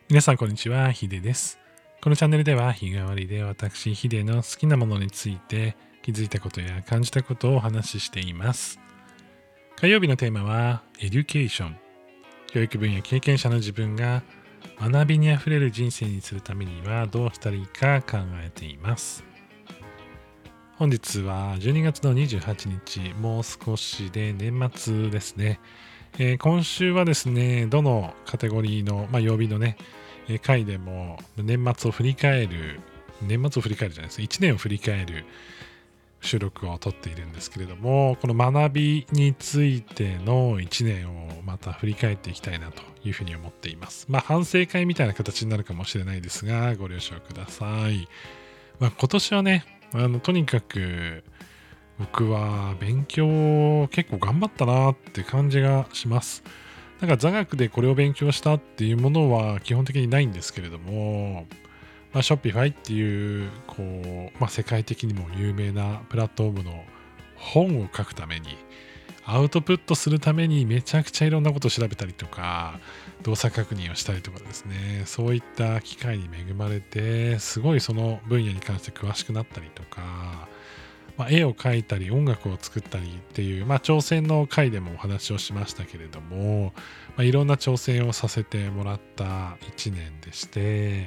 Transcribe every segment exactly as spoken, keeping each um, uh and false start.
皆さんこんにちは、ヒデです。このチャンネルでは日替わりで私ヒデの好きなものについて気づいたことや感じたことをお話ししています。火曜日のテーマはエデュケーション。教育分野経験者の自分が学びにあふれる人生にするためにはどうしたらいいか考えています。本日はじゅうにがつのにじゅうはちにち、もう少しで年末ですね。えー今週はですね、どのカテゴリーの、まあ、曜日のね、えー回でも年末を振り返る、年末を振り返るじゃないです。いちねんを振り返る収録をとっているんですけれども、この学びについてのいちねんをまた振り返っていきたいなというふうに思っています。まあ、反省会みたいな形になるかもしれないですが、ご了承ください。まあ、今年はね、あのとにかく僕は勉強結構頑張ったなって感じがします。なんか座学でこれを勉強したっていうものは基本的にないんですけれども、まあ、Shopify っていう、こう、まあ、世界的にも有名なプラットフォームの本を書くために、アウトプットするためにめちゃくちゃいろんなことを調べたりとか、動作確認をしたりとかですね、そういった機会に恵まれて、すごいその分野に関して詳しくなったりとか、まあ、絵を描いたり音楽を作ったりっていう、まあ、挑戦の回でもお話をしましたけれども、まあ、いろんな挑戦をさせてもらったいちねんでして、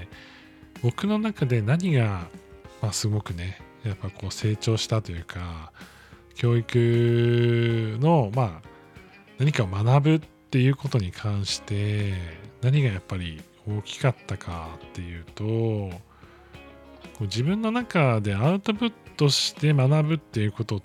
僕の中で何が、まあ、すごくねやっぱこう成長したというか、教育の、まあ、何かを学ぶっていうことに関して何がやっぱり大きかったかっていうと、こう自分の中でアウトプットして学ぶっていうことって、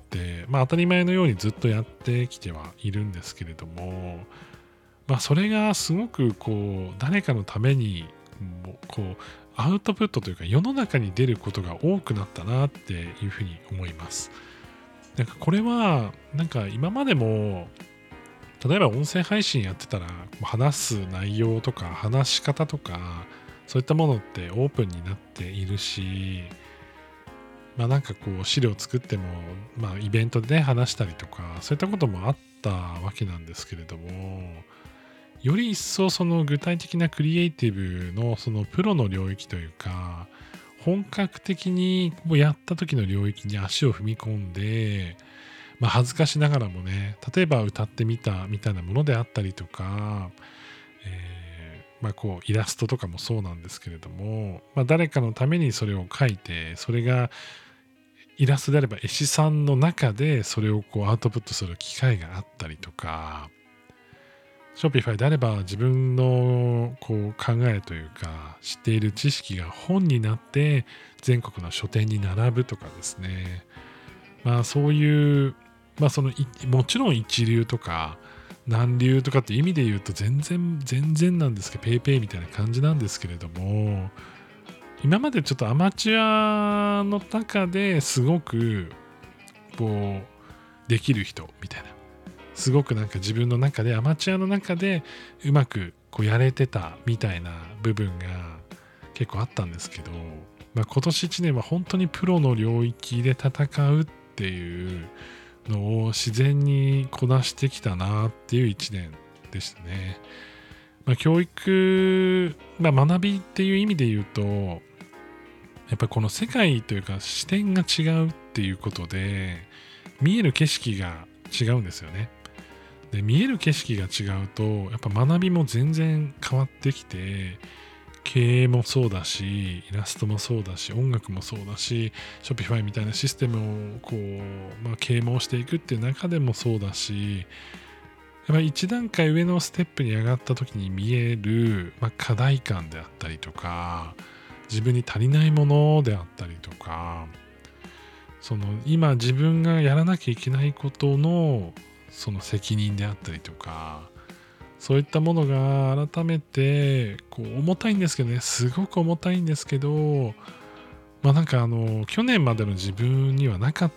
まあ、当たり前のようにずっとやってきてはいるんですけれども、まあ、それがすごくこう誰かのためにもこうアウトプットというか世の中に出ることが多くなったなっていうふうに思います。なんかこれはなんか今までも例えば音声配信やってたら話す内容とか話し方とかそういったものってオープンになっているし、まあなんかこう資料作っても、まあイベントでね話したりとか、そういったこともあったわけなんですけれども、より一層その具体的なクリエイティブのそのプロの領域というか、本格的にこうやった時の領域に足を踏み込んで、まあ恥ずかしながらもね、例えば歌ってみたみたいなものであったりとか、えーまあこうイラストとかもそうなんですけれども、まあ誰かのためにそれを書いて、それがイラストであれば絵師さんの中でそれをこうアウトプットする機会があったりとか、Shopify であれば自分のこう考えというか知っている知識が本になって全国の書店に並ぶとかですね。まあそういう、まあそのいもちろん一流とか何流とかっていう意味で言うと全然全然なんですけど、ペイペイみたいな感じなんですけれども、今までちょっとアマチュアの中ですごくこうできる人みたいな、すごくなんか自分の中でアマチュアの中でうまくこうやれてたみたいな部分が結構あったんですけど、まあ、今年いちねんは本当にプロの領域で戦うっていうのを自然にこなしてきたなっていういちねんでしたね。まあ、教育、まあ、学びっていう意味で言うと、やっぱりこの世界というか視点が違うっていうことで見える景色が違うんですよね。で見える景色が違うとやっぱ学びも全然変わってきて、経営もそうだしイラストもそうだし音楽もそうだし Shopify みたいなシステムをこう、まあ、啓蒙していくっていう中でもそうだし、やっぱり一段階上のステップに上がった時に見える、まあ、課題感であったりとか自分に足りないものであったりとか、その今自分がやらなきゃいけないことのその責任であったりとか、そういったものが改めてこう重たいんですけどね、すごく重たいんですけど、まあなんかあの去年までの自分にはなかった、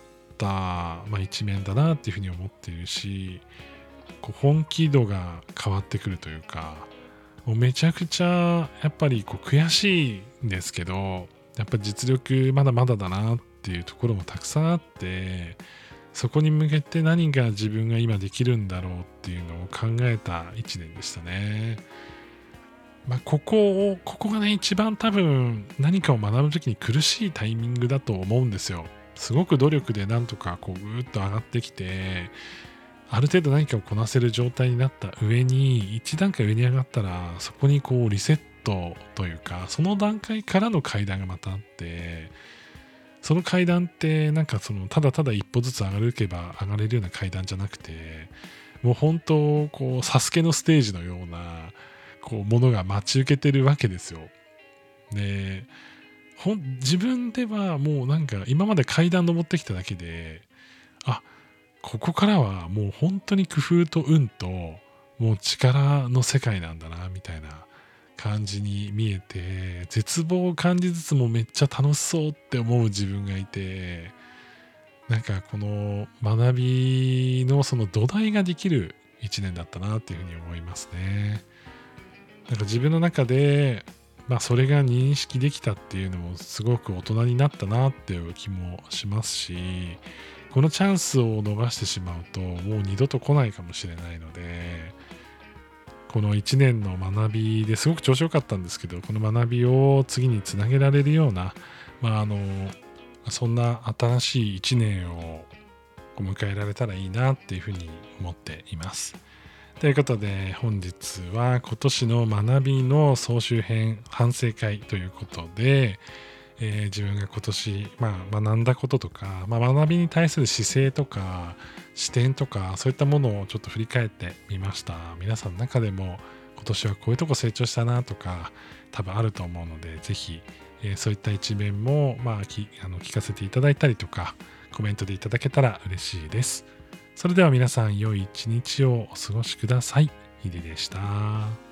まあ、一面だなっていうふうに思っているし、こう本気度が変わってくるというか、もうめちゃくちゃやっぱりこう悔しいんですけど、やっぱ実力まだまだだなっていうところもたくさんあって、そこに向けて何が自分が今できるんだろうっていうのを考えたいちねんでしたね。 まあ、ここを、ここがね、一番多分何かを学ぶときに苦しいタイミングだと思うんですよ。すごく努力でなんとかこうぐーっと上がってきて、ある程度何かをこなせる状態になった上に、一段階上に上がったら、そこにこうリセットというか、その段階からの階段がまたあって、その階段ってなんかそのただただ一歩ずつ上がれば上がれるような階段じゃなくて、もう本当こうサスケのステージのようなこうものが待ち受けてるわけですよ。で、ほん自分ではもうなんか今まで階段登ってきただけで、あ、ここからはもう本当に工夫と運ともう力の世界なんだなみたいな感じに見えて、絶望を感じつつもめっちゃ楽しそうって思う自分がいて、なんかこの学びのその土台ができる一年だったなっていうふうに思いますね。なんか自分の中で、まあそれが認識できたっていうのもすごく大人になったなっていう気もしますし、このチャンスを逃してしまうともう二度と来ないかもしれないので、このいちねんの学びですごく調子良かったんですけど、この学びを次につなげられるような、まああの、そんな新しいいちねんを迎えられたらいいなっていうふうに思っています。ということで本日は今年の学びの総集編反省会ということで、えー自分が今年、まあ、学んだこととか、まあ、学びに対する姿勢とか視点とかそういったものをちょっと振り返ってみました。皆さんの中でも今年はこういうとこ成長したなとか多分あると思うので、ぜひ、えーそういった一面も、まあ、きあの聞かせていただいたりとかコメントでいただけたら嬉しいです。それでは皆さん良い一日をお過ごしください。ヒデでした。